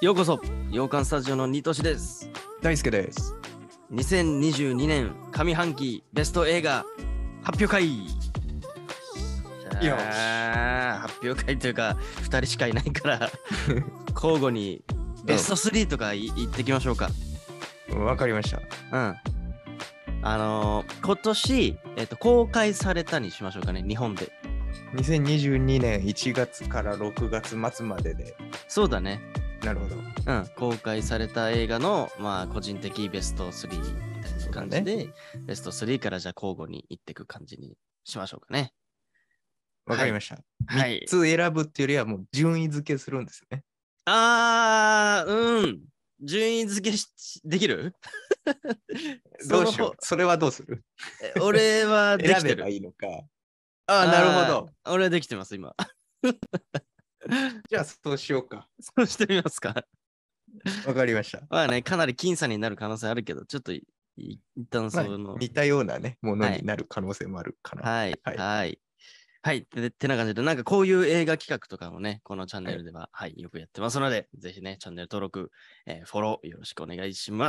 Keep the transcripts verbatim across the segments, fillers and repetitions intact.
ようこそ洋館スタジオのニトシです。 大輔です。 にせんにじゅうにねん上半期ベスト映画発表会。 よし発表会というかふたりしかいないから交互にベストスリーとかい言ってきましょうか。 わかりました。 うんあのー、今年、えっと、公開されたにしましょうかね、日本で。 にせんにじゅうにねんいちがつからろくがつ末までで。 そうだね。 なるほど。 うん、公開された映画の、まあ、個人的ベストスリーみたいな感じで、ね、ベストスリーからじゃあ交互にいっていく感じにしましょうかね。 わかりました。 はい。 みっつ選ぶっていうよりはもう順位付けするんですね。 あー、うん。順位付けしできるどうしよう。それはどうする俺はできてる。 選べばいいのか。 ああ、なるほど。俺はできてます、今。 じゃあ、そうしようか。 そうしてみますか。 わかりました。 まあね、かなり僅差になる可能性あるけど、ちょっとい一旦その、 まあ、似たようなね、ものになる可能性もあるかな。 はい。はい。はい。はい。で、ってな感じで、なんかこういう映画企画とかもね、このチャンネルでは、はい、はい、よくやってますので、ぜひね、チャンネル登録、えー、フォローよろしくお願いします。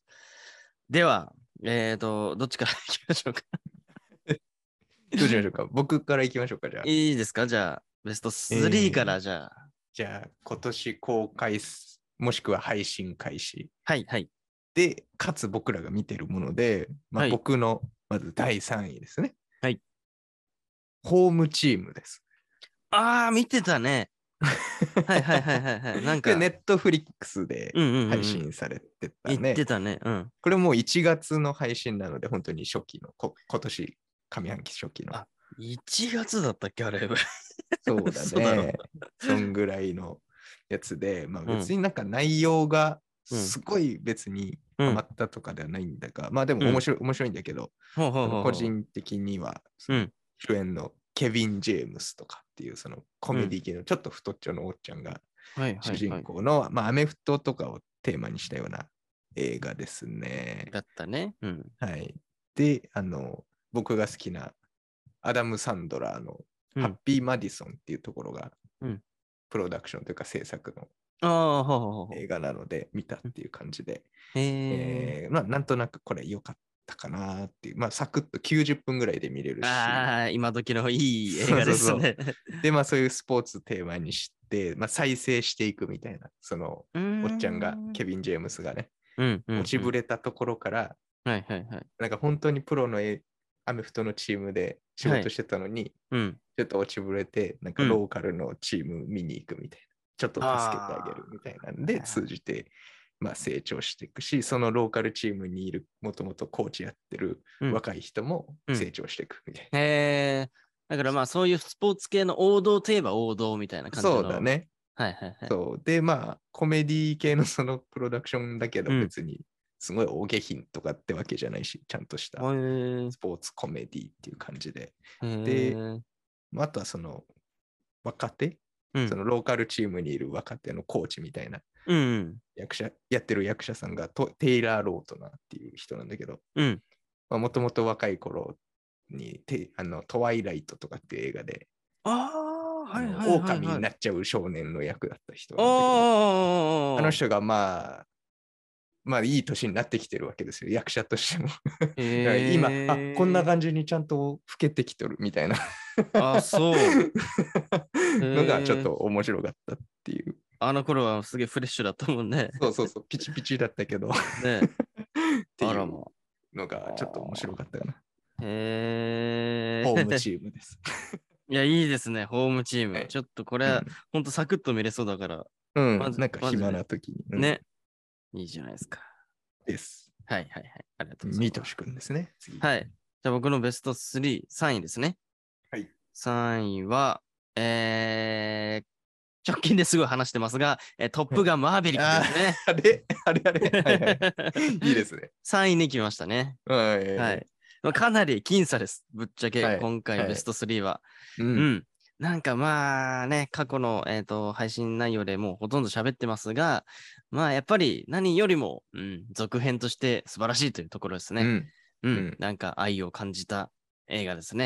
では、えっ、ー、と、どっちから行きましょうか。 どうしましょうか。僕から行きましょうか、じゃあ。 いいですか、じゃあ、ベストスリーからじゃあ。 えー、じゃあ、今年公開、もしくは配信開始。 はい、はい。 で、かつ僕らが見てるもので、まあ、僕のまずだいさんいですね。 はい。 ホームチームです。 ああ、見てたね。はいはいはいはいはい。なんか。 ネットフリックスで配信されてたね。 言ってたね。うん。 これもういちがつの配信なので、本当に初期の、こ今年上半期初期の。 あ、いちがつだったっけあれ。 そうだね。そんぐらいのやつで、まあ別になんか内容がすごい別にハマったとかではないんだが、うん、まあでも面白い、うん、面白いんだけど、 ほうほうほうほう、 個人的には、その主演のケビン・ジェームスとかっていうそのコメディ系のちょっと太っちょのおっちゃんが主人公の、まあアメフトとかをテーマにしたような映画ですね。 だったね。うん。 はい。で、あの、僕が好きなアダム・サンドラーのハッピー・マディソンっていうところが、うん、プロダクションというか制作の映画なので見たっていう感じで、えー、まあなんとなくこれ良かったかなっていう、まあサクッときゅうじゅっぷんぐらいで見れるし、 ああ、今時のいい映画ですね。そうそうそうで、まあそういうスポーツテーマにして、まあ再生していくみたいな、そのおっちゃんが、ケビン・ジェームスがね、 うんうんうん、 落ちぶれたところから、 はいはいはい、 なんか本当にプロのアメフトのチームで仕事してたのに、はい、うん、ちょっと落ちぶれて、なんかローカルのチーム見に行くみたいな、ちょっと助けてあげるみたいなんで、通じて、まあ、成長していくし、そのローカルチームにいる、もともとコーチやってる若い人も成長していくみたいな。 うんうん、へー。だからまあそういうスポーツ系の王道といえば王道みたいな感じの。 そうだね。 はいはいはい。 そうで、まあ、コメディ系のそのプロダクションだけど、別にすごい大下品とかってわけじゃないし、ちゃんとしたスポーツコメディっていう感じで。で、あとはその若手、うん、そのローカルチームにいる若手のコーチみたいな役者、うんうん、やってる役者さんがテイラー・ロートナーっていう人なんだけど、もともと若い頃にてあのトワイライトとかっていう映画で、 ああの、狼になっちゃう少年の役だった人なんだけど、あの人がまあ、まあいい年になってきてるわけですよ、役者としても。今、あ、こんな感じにちゃんと老けてきとるみたいなあ、そう。 のがちょっと面白かったっていう。 あの頃はすげえフレッシュだったもんね。 そうそうそう、ピチピチだったけど。ねっていうのがちょっと面白かったかな。 へー。 ホームチームです。 いや、いいですね、ホームチーム。はい、ちょっとこれ、うん、ほんとサクッと見れそうだから。 うん、ま、なんか暇な時に。 うん、ね。いいじゃないですか。 です。 はいはいはい。ありがとうございます。 ミトシ君ですね。 次。はい。じゃあ僕のベストスリー、さんいですね。 はい。 さんいは、えー、直近ですごい話してますが、えー、トップガンマーヴェリックですね。 あれあれあれ、はいはい、いいですね。 さんいに来ましたね。 はい。 はい。まあ、かなり僅差です。ぶっちゃけ、はい、今回ベストスリーは。はい、うん。うんなんかまあね、過去の、えーと、配信内容でもうほとんど喋ってますが、まあやっぱり何よりも、うん、続編として素晴らしいというところですね。うん。うん、なんか愛を感じた映画ですね。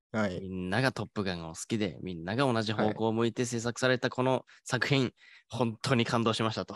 はい、 みんながトップガンを好きで、みんなが同じ方向を向いて制作されたこの作品、はい、本当に感動しましたと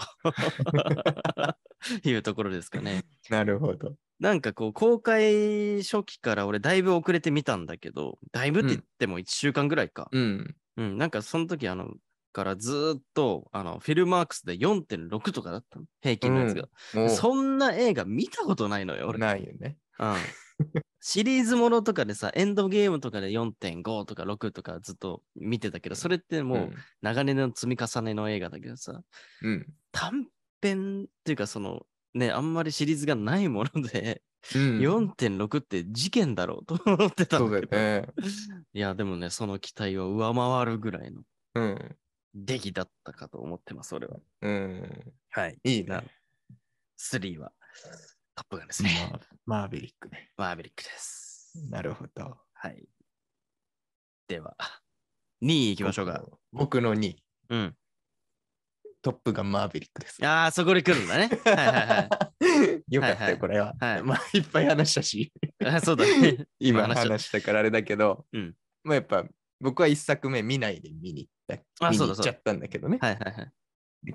いうところですかね。 なるほど。 なんかこう、公開初期から俺だいぶ遅れてみたんだけど、だいぶって言ってもいっしゅうかんぐらいか。 うん。 うん、なんかその時あの、からずっと、あの、フィルマークスで よんてんろく とかだったの。平均のやつが。うん、そんな映画見たことないのよ、俺。 ないよね。 うん。シリーズものとかでさ、エンドゲームとかで よんてんご とかろくとかずっと見てたけど、それってもう長年の積み重ねの映画だけどさ、 うん、 短編っていうかその、ね、あんまりシリーズがないもので、うん、よんてんろく って事件だろうと思ってたんだけど。そうだよね。いや、でもね、その期待を上回るぐらいの出来だったかと思ってます、俺は。 うん。 はい。 いいね。 スリーはトップガンですね。 マー、マーヴェリックね。 マーヴェリックです。 なるほど。 はい。では、にい行きましょうか。 僕のにい。 うん。 トップガンマーヴェリックです。 ああ、そこで来るんだね。はいはいはい。 よかったよ、はいはい、これは。 はい、 まあ、いっぱい話したし。 あそうだね。 今話したからあれだけど、 うん、 まあやっぱ僕は一作目見ないで見に行った。見に行っちゃったんだけどね。 はいはいはい、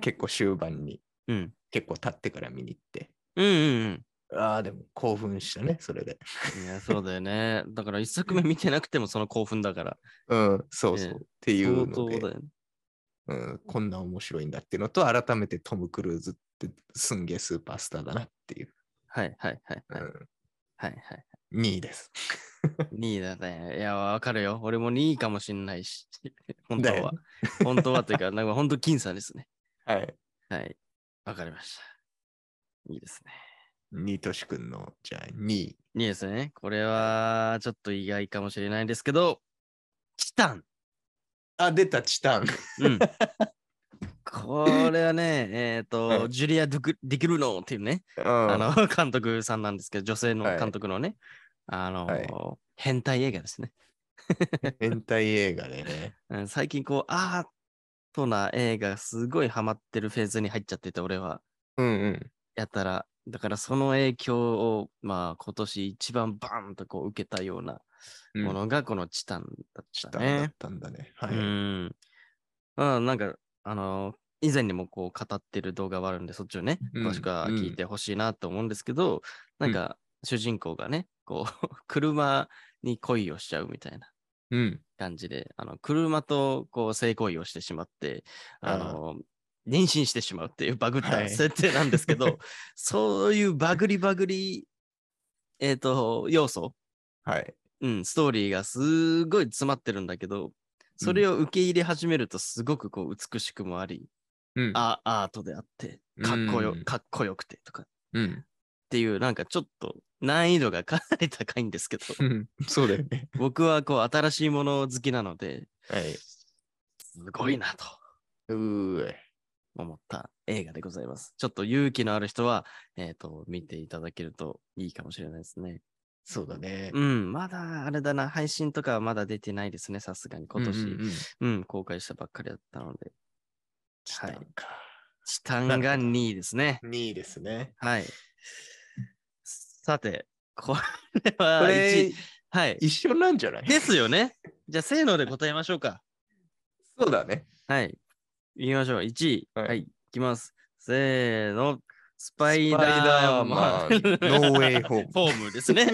結構終盤に、 うん、 結構経ってから見に行って。 うんうんうん。 ああ、でも興奮したね、それで。 いや、そうだよね。だから一作目見てなくてもその興奮だから。 うん、そうそう。えー、っていうので、 だよね、 うん、こんな面白いんだっていうのと、改めてトム・クルーズってすんげえスーパースターだなっていう。 はいはいはいはい。うん、はいはい。 にいです。 にいだね。いや、わかるよ。俺もにいかもしんないし。本当は。本当はというか、なんか本当僅差ですね。 はい。 はい。わかりました。いいですね。 ニトシ君の、じゃあにい。 にいですね。これはちょっと意外かもしれないんですけど、チタン。 あ、出た、チタン。 うん。これはね、えっ、ー、と、はい、ジュリア・ディクルノーっていうね、あの、監督さんなんですけど、女性の監督のね、はい、あの、はい、変態映画ですね。 変態映画でね。 最近こう、アートな映画すごいハマってるフェーズに入っちゃってて、俺は。 うんうん。 やったら、だからその影響を、まあ今年一番バーンとこう受けたようなものがこのチタンだったね。 チタンだったんだね。はい。 うん。まあなんか、あのー、以前にもこう語ってる動画はあるんで、そっちをね、詳しくは聞いてほしいなと思うんですけど、うん、なんか主人公がね、こう、車に恋をしちゃうみたいな感じで、うん、あの車とこう性行為をしてしまって、あのー、妊娠してしまうっていうバグった設定なんですけど、はい、そういうバグりバグり、えっ、ー、と、要素、 はい。 うん、ストーリーがすごい詰まってるんだけど、それを受け入れ始めるとすごくこう美しくもあり、うん、アートであって、かっこよ、かっこよくてとか、うん、っていう、なんかちょっと難易度がかなり高いんですけど、 うん、そうだよね。 僕はこう新しいもの好きなので、 はい、 すごいなと思った映画でございます。ちょっと勇気のある人は、えっと、見ていただけるといいかもしれないですね。 そうだね。 うん、まだあれだな、配信とかはまだ出てないですね、さすがに今年、うん、うんうん、公開したばっかりだったので。 チタンか。はい、 チタンがにいですね。 にいですね。 はい。さて、これはいちい。はい。一緒なんじゃないですよね。じゃあ、せーので答えましょうか。 そうだね。 はい。行きましょう。いちい。はい。はい、いきます。せーの。スパイダーマン。 ノーウェイホーム。 フォームですね。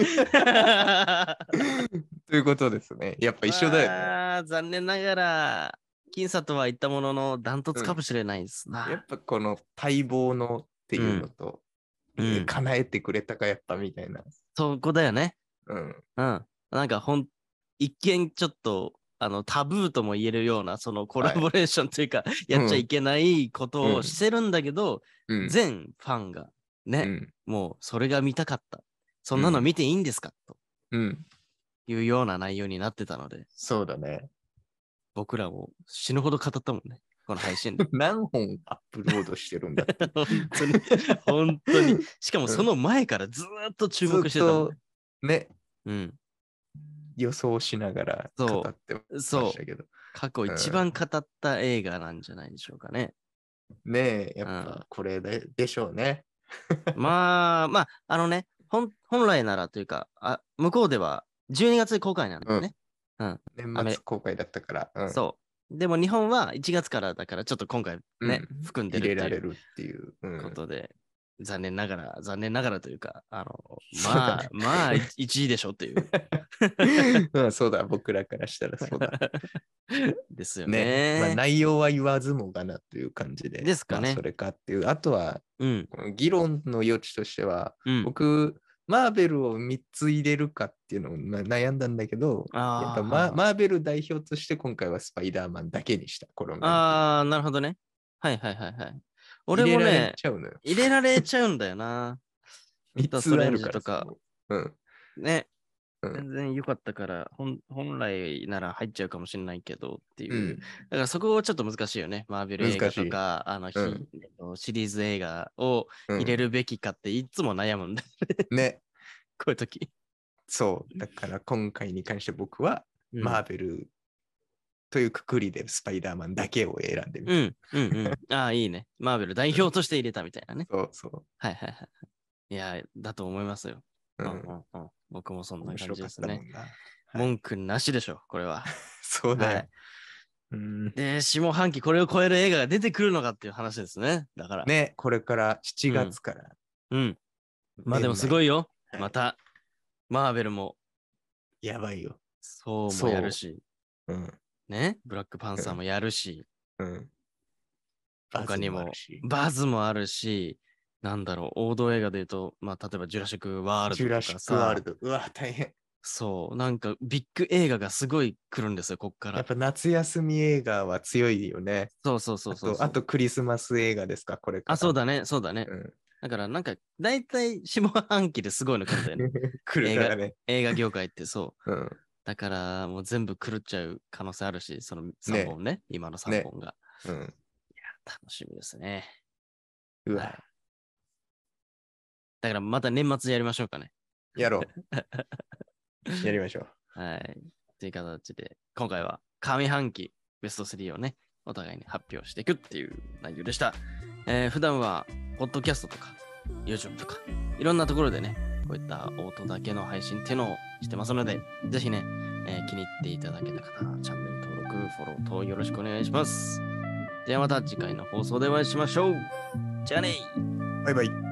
ということですね。やっぱ一緒だよね。 あ残念ながら、僅差とは言ったものの、ダントツかもしれないですな。 うん、やっぱこの待望のっていうのと、うんうん、叶えてくれたか、やっぱみたいな。 そこだよね。 うん。 うん。なんかほん、一見ちょっと、あの、タブーとも言えるような、そのコラボレーションというか、はい、やっちゃいけないことをしてるんだけど、うん、全ファンがね、うん、もうそれが見たかった。そんなの見ていいんですか、うん、というような内容になってたので。 そうだね。 僕らも死ぬほど語ったもんね。この配信で。 何本アップロードしてるんだって。 本当に、本当に。しかもその前からずっと注目してたもんね。 ね。 うん。 予想しながら語ってましたけど。 過去一番語った映画なんじゃないでしょうかね。 うん、ねえ、やっぱこれで、うん、でしょうね。 まあ、まあ、あのね、本本来ならというか、あ向こうではじゅうにがつ公開なんだよね。 うん。 年末公開だったから。 うん、そう。でも日本はいちがつからだから、ちょっと今回ね、うん、含んでる入れられるっていうことで、うん、残念ながら、残念ながらというか、あの、まあ、ね、まあ、いちいでしょっていう。 まあ、そうだ、僕らからしたらそうだ。 ですよね。 ね、まあ、内容は言わずもがなという感じで、 ですかね。 まあ、それかっていう。あとは、 うん、 この議論の余地としては、うん、僕、マーベルをみっつ入れるかっていうのを悩んだんだけど、やっぱママーベル代表として今回はスパイダーマンだけにした、コロナああ、なるほどね。はいはいはいはい。俺もね、 入れられちゃうのよ。 入れられちゃうんだよな。 みっつあるからか。 うん。 ね。全然良かったから、本本来なら入っちゃうかもしれないけどっていう。うん、だからそこはちょっと難しいよね。マーベル映画とか、あの、うん、シリーズ映画を入れるべきかっていつも悩むんだ、 うん。ね。 こういう時。 そう。だから今回に関して僕は、マーベルというくくりでスパイダーマンだけを選んでみた。 うんうんうん。ああ、いいね。マーベル代表として入れたみたいなね。 そうそう。 はいはいはい。いや、だと思いますよ。うんうんうん、僕もそんな感じですね。文句なしでしょ、これは。 そうだよ。はい、 うん、で、下半期これを超える映画が出てくるのかっていう話ですね。だから。 ね、これからしちがつから。 うん。うん、まあでもすごいよ。はい、また、マーベルも。 やばいよ。 そうもやるし。 う。うん。 ね、ブラックパンサーもやるし。 うん。うん、 他にもバズもあるし。なんだろう、王道映画で言うと、まあ、例えばジュラシック・ワールドとかさ。 ジュラシック・ワールド。うわ、大変。 そう、なんかビッグ映画がすごい来るんですよ、こっから。 やっぱ夏休み映画は強いよね。 そうそうそうそうあと。あとクリスマス映画ですか、これから。 あ、そうだね、そうだね。うん、だからなんか、大体下半期ですごいの来るんだよね。 来るからね映画。映画業界ってそう。 うん、 だからもう全部狂っちゃう可能性あるし、そのさんぼんね、ね今のさんぼんが。 ね、うん。いや、楽しみですね。 うわ。はい、 だからまた年末やりましょうかね。 やろう。やりましょう。はい。という形で、今回は上半期ベストスリーをね、お互いに発表していくっていう内容でした。えー、普段は、ポッドキャストとか、YouTube とか、いろんなところでね、こういった音だけの配信っていうのをしてますので、ぜひね、えー、気に入っていただけた方は、チャンネル登録、フォロー等よろしくお願いします。ではまた次回の放送でお会いしましょう。じゃあねー。 バイバイ。